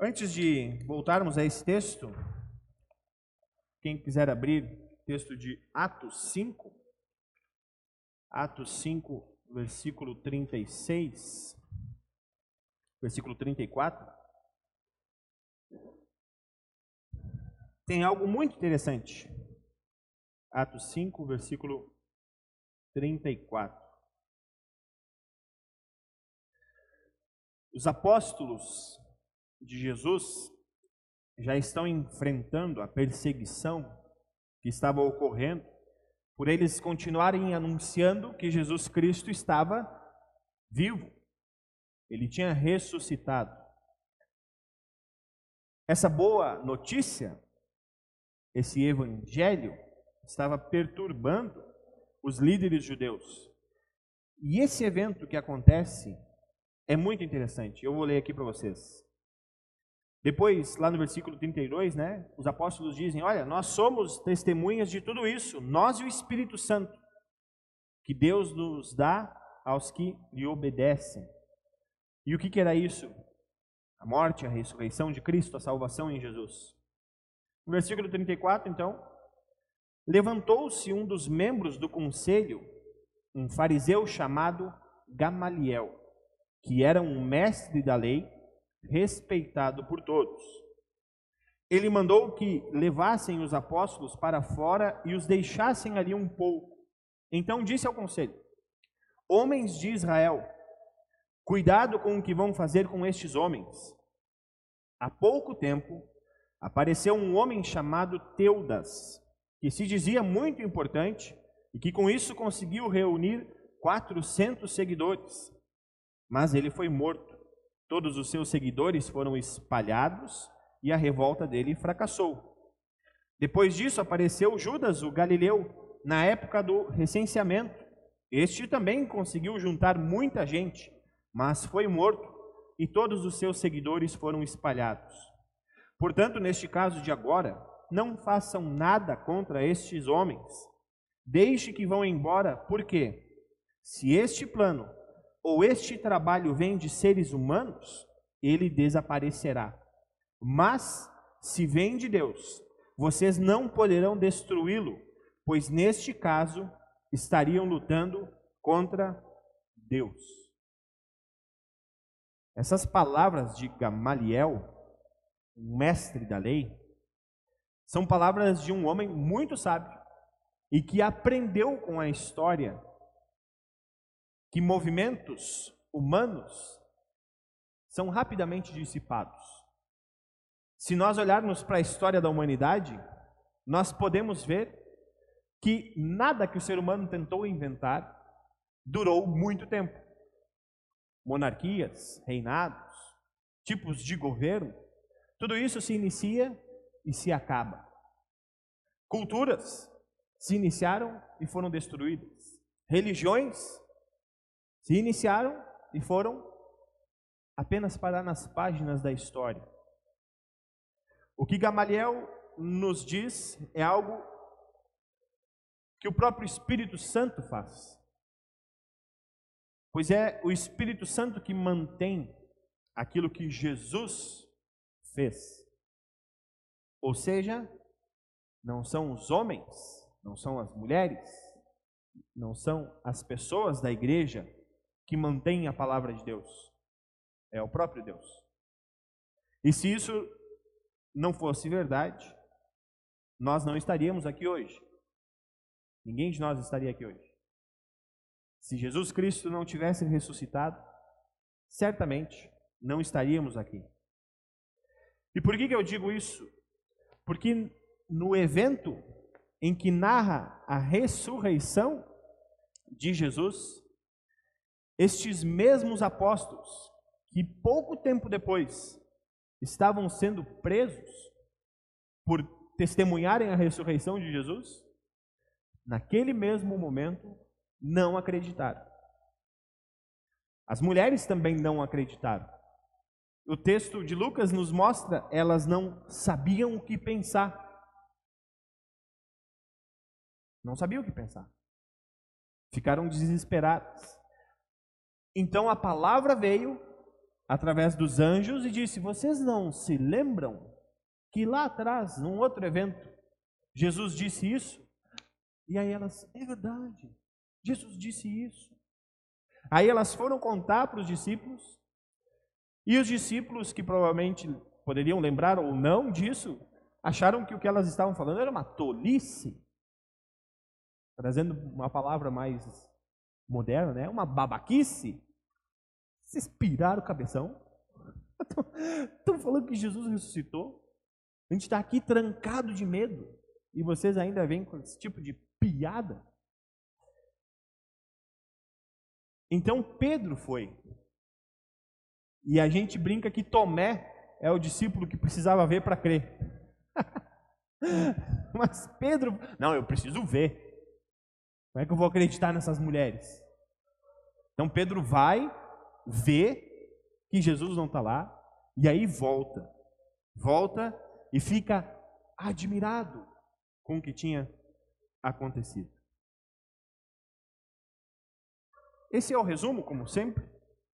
Antes de voltarmos a esse texto, quem quiser abrir o texto de Atos 5, versículo 36, versículo 34, tem algo muito interessante. Atos 5, versículo 34. Os apóstolos de Jesus já estão enfrentando a perseguição que estava ocorrendo por eles continuarem anunciando que Jesus Cristo estava vivo. Ele tinha ressuscitado. Essa boa notícia, esse evangelho, estava perturbando os líderes judeus. E esse evento que acontece é muito interessante. Eu vou ler aqui para vocês. Depois, lá no versículo 32, os apóstolos dizem: olha, nós somos testemunhas de tudo isso, nós e o Espírito Santo, que Deus nos dá aos que lhe obedecem. E o que era isso? A morte, a ressurreição de Cristo, a salvação em Jesus. No versículo 34, então, levantou-se um dos membros do conselho, um fariseu chamado Gamaliel, que era um mestre da lei, respeitado por todos. Ele mandou que levassem os apóstolos para fora e os deixassem ali um pouco. Então disse ao conselho: homens de Israel, cuidado com o que vão fazer com estes homens. Há pouco tempo apareceu um homem chamado Teudas, que se dizia muito importante e que com isso conseguiu reunir 400 seguidores. Mas ele foi morto. Todos os seus seguidores foram espalhados e a revolta dele fracassou. Depois disso apareceu Judas, o Galileu, na época do recenseamento. Este também conseguiu juntar muita gente, mas foi morto e todos os seus seguidores foram espalhados. Portanto, neste caso de agora, não façam nada contra estes homens. Deixe que vão embora, porque se este plano ou este trabalho vem de seres humanos, ele desaparecerá. Mas, se vem de Deus, vocês não poderão destruí-lo, pois neste caso estariam lutando contra Deus. Essas palavras de Gamaliel, um mestre da lei, são palavras de um homem muito sábio e que aprendeu com a história que movimentos humanos são rapidamente dissipados. Se nós olharmos para a história da humanidade, nós podemos ver que nada que o ser humano tentou inventar durou muito tempo. Monarquias, reinados, tipos de governo, tudo isso se inicia e se acaba. Culturas se iniciaram e foram destruídas. Religiões se iniciaram e foram apenas parar nas páginas da história. O que Gamaliel nos diz é algo que o próprio Espírito Santo faz. Pois é o Espírito Santo que mantém aquilo que Jesus fez. Ou seja, não são os homens, não são as mulheres, não são as pessoas da igreja que mantém a palavra de Deus, é o próprio Deus. E se isso não fosse verdade, nós não estaríamos aqui hoje. Ninguém de nós estaria aqui hoje. Se Jesus Cristo não tivesse ressuscitado, certamente não estaríamos aqui. E por que eu digo isso? Porque no evento em que narra a ressurreição de Jesus, estes mesmos apóstolos, que pouco tempo depois estavam sendo presos por testemunharem a ressurreição de Jesus, naquele mesmo momento não acreditaram. As mulheres também não acreditaram. O texto de Lucas nos mostra, elas não sabiam o que pensar. Não sabiam o que pensar. Ficaram desesperadas. Então a palavra veio, através dos anjos e disse: vocês não se lembram que lá atrás, num outro evento, Jesus disse isso? E aí elas: é verdade, Jesus disse isso. Aí elas foram contar para os discípulos, e os discípulos, que provavelmente poderiam lembrar ou não disso, acharam que o que elas estavam falando era uma tolice, trazendo uma palavra mais moderna, né? Uma babaquice. Vocês piraram o cabeção? Estão falando que Jesus ressuscitou? A gente está aqui trancado de medo e vocês ainda vêm com esse tipo de piada? Então Pedro foi. E a gente brinca que Tomé é o discípulo que precisava ver para crer. Mas Pedro, não, eu preciso ver. Como é que eu vou acreditar nessas mulheres? Então Pedro vai, vê que Jesus não está lá, e aí volta e fica admirado com o que tinha acontecido. Esse é o resumo, como sempre,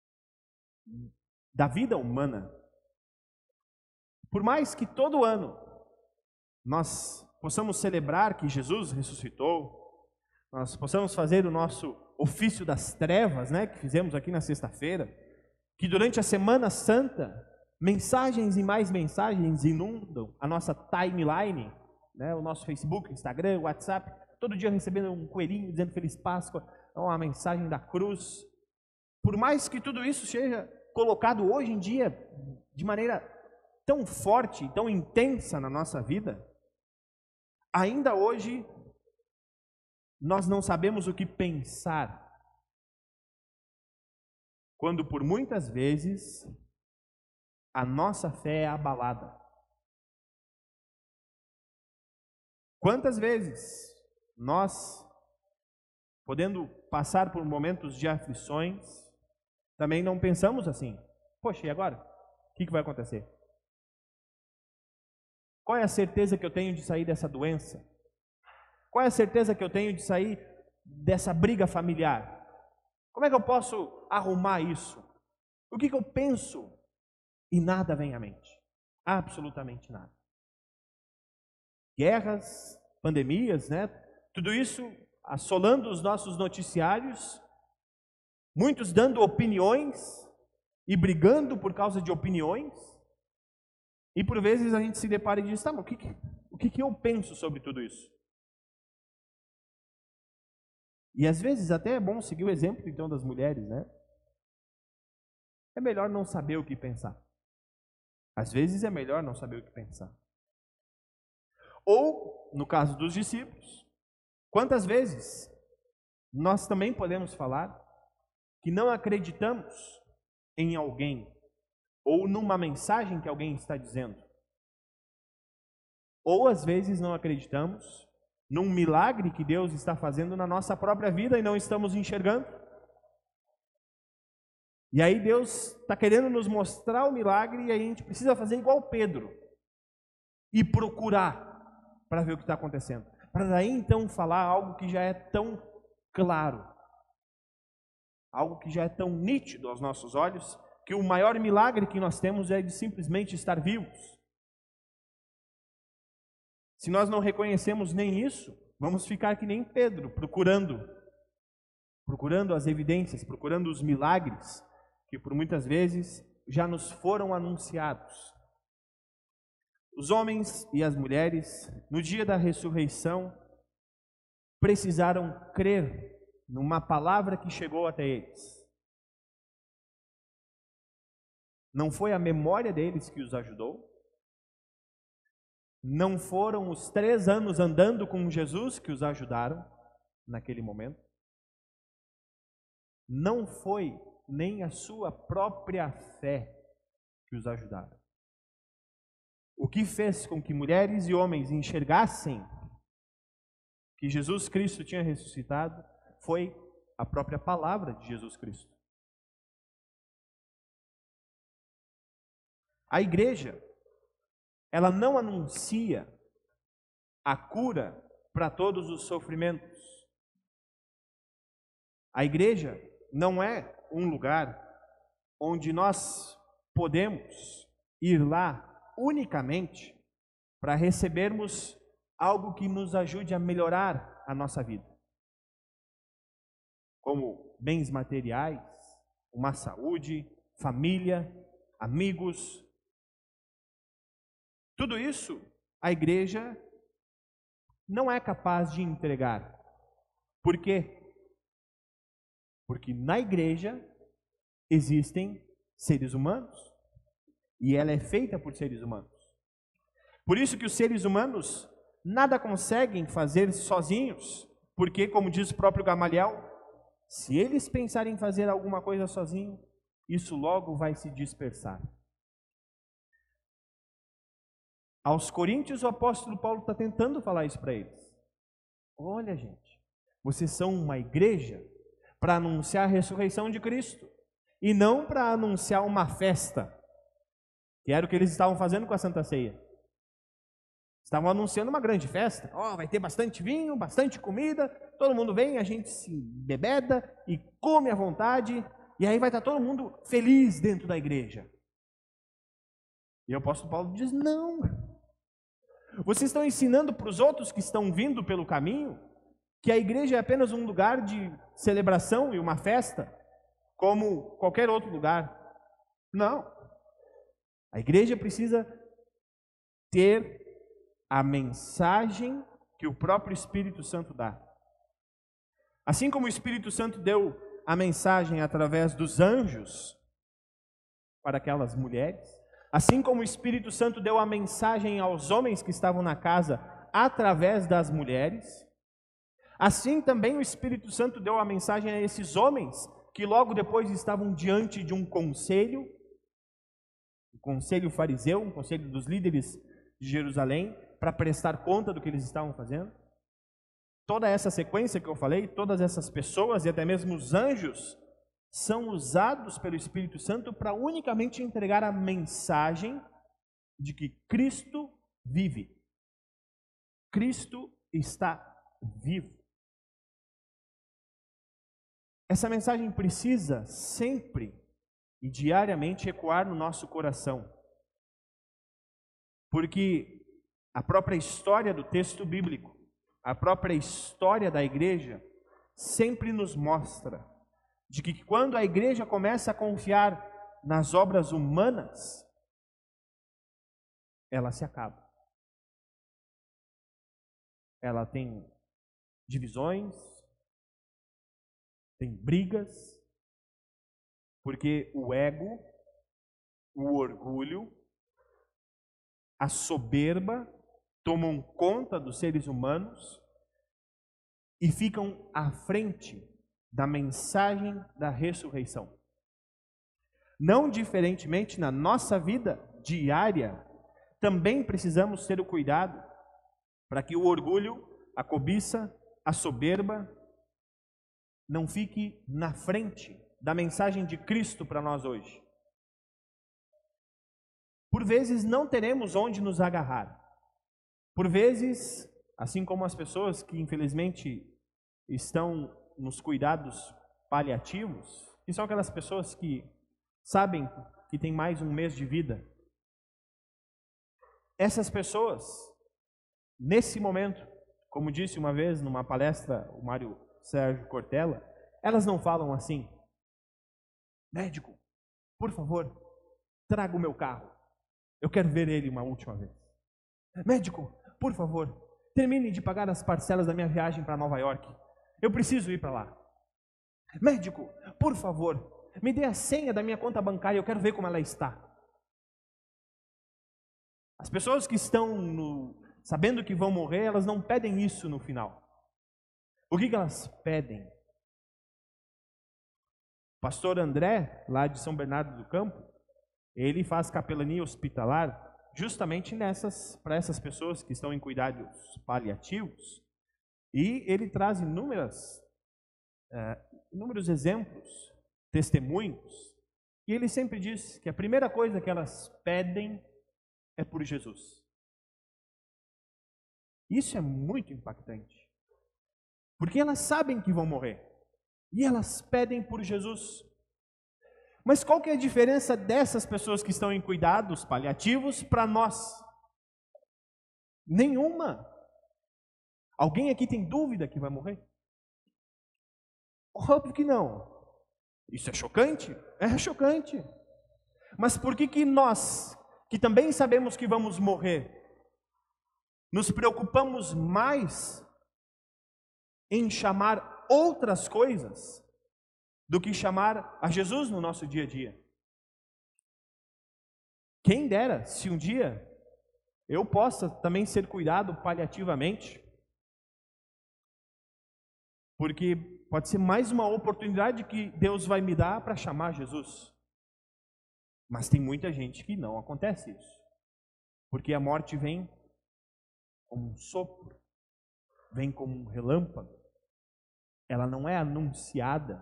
da vida humana. Por mais que todo ano nós possamos celebrar que Jesus ressuscitou, nós possamos fazer o nosso ofício das trevas, né, que fizemos aqui na sexta-feira, que durante a Semana Santa, mensagens e mais mensagens inundam a nossa timeline, né, o nosso Facebook, Instagram, WhatsApp, todo dia recebendo um coelhinho dizendo Feliz Páscoa, uma mensagem da cruz. Por mais que tudo isso seja colocado hoje em dia de maneira tão forte, tão intensa na nossa vida, ainda hoje nós não sabemos o que pensar, quando por muitas vezes a nossa fé é abalada. Quantas vezes nós, podendo passar por momentos de aflições, também não pensamos assim: poxa, e agora? O que vai acontecer? Qual é a certeza que eu tenho de sair dessa doença? Qual é a certeza que eu tenho de sair dessa briga familiar? Como é que eu posso arrumar isso? O que eu penso? E nada vem à mente. Absolutamente nada. Guerras, pandemias, né? Tudo isso assolando os nossos noticiários. Muitos dando opiniões e brigando por causa de opiniões. E por vezes a gente se depara e diz: tá, mas o que eu penso sobre tudo isso? E às vezes até é bom seguir o exemplo então das mulheres, né? É melhor não saber o que pensar. Às vezes é melhor não saber o que pensar. Ou, no caso dos discípulos, quantas vezes nós também podemos falar que não acreditamos em alguém ou numa mensagem que alguém está dizendo. Ou às vezes não acreditamos num milagre que Deus está fazendo na nossa própria vida e não estamos enxergando. E aí Deus está querendo nos mostrar o milagre e aí a gente precisa fazer igual Pedro e procurar para ver o que está acontecendo. Para daí então falar algo que já é tão claro, algo que já é tão nítido aos nossos olhos, que o maior milagre que nós temos é de simplesmente estar vivos. Se nós não reconhecemos nem isso, vamos ficar que nem Pedro, procurando as evidências, procurando os milagres que por muitas vezes já nos foram anunciados. Os homens e as mulheres, no dia da ressurreição, precisaram crer numa palavra que chegou até eles. Não foi a memória deles que os ajudou. Não foram os 3 anos andando com Jesus que os ajudaram naquele momento. Não foi nem a sua própria fé que os ajudaram. O que fez com que mulheres e homens enxergassem que Jesus Cristo tinha ressuscitado foi a própria palavra de Jesus Cristo. A igreja, ela não anuncia a cura para todos os sofrimentos. A igreja não é um lugar onde nós podemos ir lá unicamente para recebermos algo que nos ajude a melhorar a nossa vida, como bens materiais, uma saúde, família, amigos. Tudo isso a igreja não é capaz de entregar. Por quê? Porque na igreja existem seres humanos e ela é feita por seres humanos. Por isso que os seres humanos nada conseguem fazer sozinhos, porque, como diz o próprio Gamaliel, se eles pensarem em fazer alguma coisa sozinho, isso logo vai se dispersar. Aos Coríntios, o apóstolo Paulo está tentando falar isso para eles. Olha, gente, vocês são uma igreja para anunciar a ressurreição de Cristo e não para anunciar uma festa, que era o que eles estavam fazendo com a Santa Ceia. Estavam anunciando uma grande festa. Vai ter bastante vinho, bastante comida, todo mundo vem, a gente se bebeda e come à vontade, e aí vai estar todo mundo feliz dentro da igreja. E o apóstolo Paulo diz: não. Vocês estão ensinando para os outros que estão vindo pelo caminho que a igreja é apenas um lugar de celebração e uma festa, como qualquer outro lugar. Não. A igreja precisa ter a mensagem que o próprio Espírito Santo dá. Assim como o Espírito Santo deu a mensagem através dos anjos para aquelas mulheres, assim como o Espírito Santo deu a mensagem aos homens que estavam na casa através das mulheres, assim também o Espírito Santo deu a mensagem a esses homens que logo depois estavam diante de um conselho fariseu, um conselho dos líderes de Jerusalém, para prestar conta do que eles estavam fazendo. Toda essa sequência que eu falei, todas essas pessoas e até mesmo os anjos são usados pelo Espírito Santo para unicamente entregar a mensagem de que Cristo vive. Cristo está vivo. Essa mensagem precisa sempre e diariamente ecoar no nosso coração, porque a própria história do texto bíblico, a própria história da igreja, sempre nos mostra de que quando a igreja começa a confiar nas obras humanas, ela se acaba. Ela tem divisões, tem brigas, porque o ego, o orgulho, a soberba tomam conta dos seres humanos e ficam à frente da mensagem da ressurreição. Não diferentemente na nossa vida diária, também precisamos ter o cuidado para que o orgulho, a cobiça, a soberba não fique na frente da mensagem de Cristo para nós hoje. Por vezes não teremos onde nos agarrar. Por vezes, assim como as pessoas que infelizmente estão nos cuidados paliativos, que são aquelas pessoas que sabem que tem mais um mês de vida. Essas pessoas, nesse momento, como disse uma vez numa palestra o Mário Sérgio Cortella, elas não falam assim: médico, por favor, traga o meu carro, eu quero ver ele uma última vez. Médico, por favor, termine de pagar as parcelas da minha viagem para Nova York, eu preciso ir para lá. Médico, por favor, me dê a senha da minha conta bancária, eu quero ver como ela está. As pessoas que estão sabendo que vão morrer, elas não pedem isso no final. O que elas pedem? O pastor André, lá de São Bernardo do Campo, ele faz capelania hospitalar justamente para essas pessoas que estão em cuidados paliativos, e ele traz inúmeros exemplos, testemunhos, e ele sempre diz que a primeira coisa que elas pedem é por Jesus. Isso é muito impactante, porque elas sabem que vão morrer, e elas pedem por Jesus. Mas qual que é a diferença dessas pessoas que estão em cuidados paliativos para nós? Nenhuma. Alguém aqui tem dúvida que vai morrer? Óbvio que não. Isso é chocante? É chocante. Mas por que nós, que também sabemos que vamos morrer, nos preocupamos mais em chamar outras coisas do que chamar a Jesus no nosso dia a dia? Quem dera se um dia eu possa também ser cuidado paliativamente, porque pode ser mais uma oportunidade que Deus vai me dar para chamar Jesus. Mas tem muita gente que não acontece isso, porque a morte vem como um sopro, vem como um relâmpago, ela não é anunciada.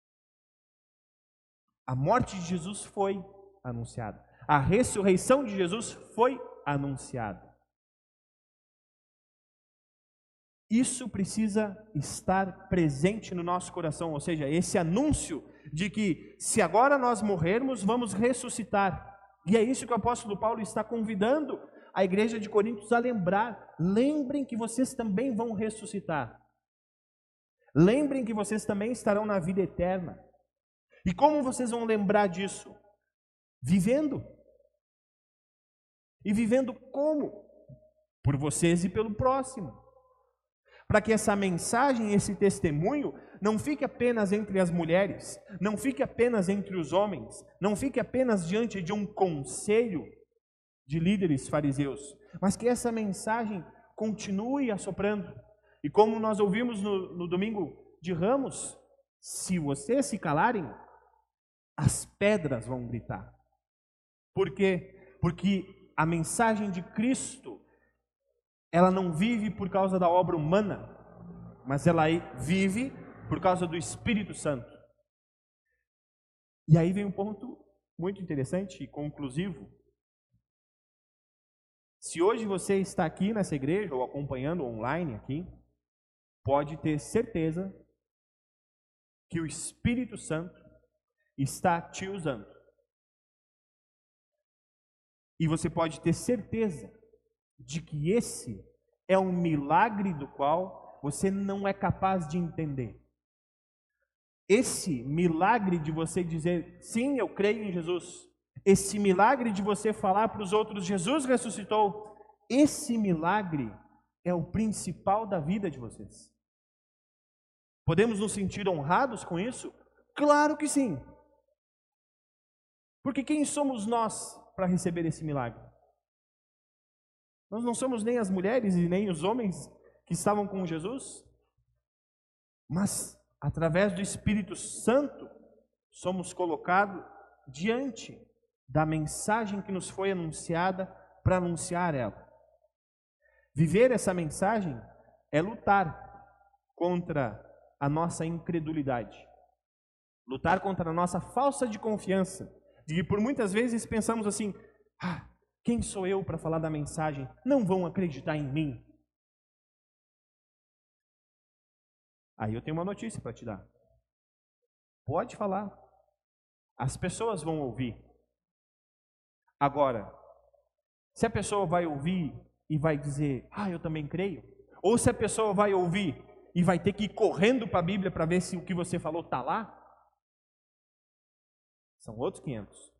A morte de Jesus foi anunciada, a ressurreição de Jesus foi anunciada. Isso precisa estar presente no nosso coração, ou seja, esse anúncio de que se agora nós morrermos, vamos ressuscitar. E é isso que o apóstolo Paulo está convidando a igreja de Coríntios a lembrar. Lembrem que vocês também vão ressuscitar. Lembrem que vocês também estarão na vida eterna. E como vocês vão lembrar disso? Vivendo. E vivendo como? Por vocês e pelo próximo. Para que essa mensagem, esse testemunho, não fique apenas entre as mulheres, não fique apenas entre os homens, não fique apenas diante de um conselho de líderes fariseus, mas que essa mensagem continue assoprando. E como nós ouvimos no domingo de Ramos, se vocês se calarem, as pedras vão gritar. Por quê? Porque a mensagem de Cristo, ela não vive por causa da obra humana, mas ela vive por causa do Espírito Santo. E aí vem um ponto muito interessante e conclusivo. Se hoje você está aqui nessa igreja ou acompanhando online aqui, pode ter certeza que o Espírito Santo está te usando. E você pode ter certeza de que esse é um milagre do qual você não é capaz de entender. Esse milagre de você dizer, sim, eu creio em Jesus. Esse milagre de você falar para os outros, Jesus ressuscitou. Esse milagre é o principal da vida de vocês. Podemos nos sentir honrados com isso? Claro que sim. Porque quem somos nós para receber esse milagre? Nós não somos nem as mulheres e nem os homens que estavam com Jesus, mas através do Espírito Santo somos colocados diante da mensagem que nos foi anunciada para anunciar ela. Viver essa mensagem é lutar contra a nossa incredulidade, lutar contra a nossa falsa de confiança, de que por muitas vezes pensamos assim, quem sou eu para falar da mensagem? Não vão acreditar em mim. Aí eu tenho uma notícia para te dar. Pode falar. As pessoas vão ouvir. Agora, se a pessoa vai ouvir e vai dizer, eu também creio. Ou se a pessoa vai ouvir e vai ter que ir correndo para a Bíblia para ver se o que você falou está lá. São outros 500.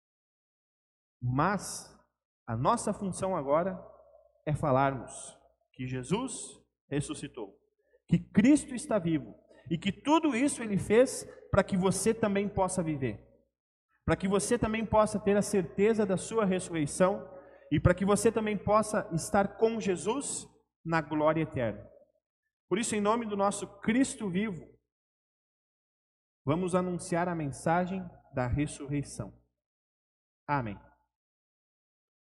Mas a nossa função agora é falarmos que Jesus ressuscitou, que Cristo está vivo e que tudo isso Ele fez para que você também possa viver, para que você também possa ter a certeza da sua ressurreição e para que você também possa estar com Jesus na glória eterna. Por isso, em nome do nosso Cristo vivo, vamos anunciar a mensagem da ressurreição. Amém.